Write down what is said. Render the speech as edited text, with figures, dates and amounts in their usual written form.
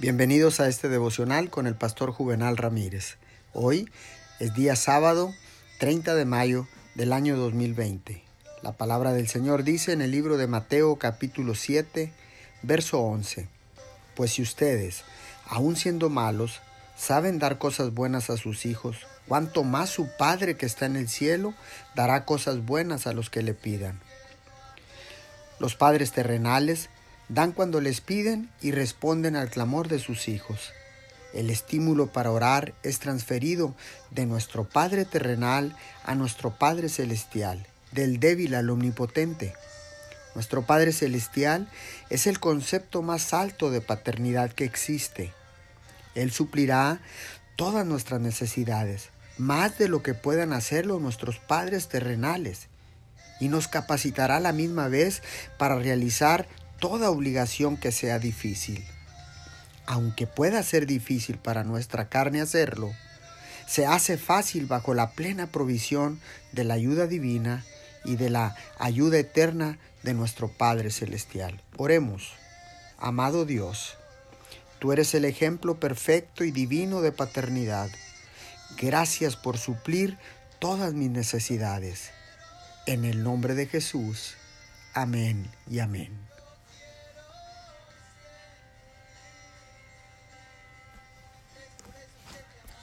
Bienvenidos a este devocional con el pastor Juvenal Ramírez. Hoy es día sábado 30 de mayo del año 2020. La palabra del Señor dice en el libro de Mateo capítulo 7, verso 11. Pues si ustedes, aun siendo malos, saben dar cosas buenas a sus hijos, ¿cuánto más su Padre que está en el cielo dará cosas buenas a los que le pidan? Los padres terrenales dan cuando les piden y responden al clamor de sus hijos. El estímulo para orar es transferido de nuestro Padre terrenal a nuestro Padre celestial, del débil al omnipotente. Nuestro Padre celestial es el concepto más alto de paternidad que existe. Él suplirá todas nuestras necesidades, más de lo que puedan hacerlo nuestros padres terrenales, y nos capacitará a la misma vez para realizar toda obligación que sea difícil. Aunque pueda ser difícil para nuestra carne hacerlo, se hace fácil bajo la plena provisión de la ayuda divina y de la ayuda eterna de nuestro Padre Celestial. Oremos. Amado Dios, tú eres el ejemplo perfecto y divino de paternidad. Gracias por suplir todas mis necesidades. En el nombre de Jesús. Amén y amén.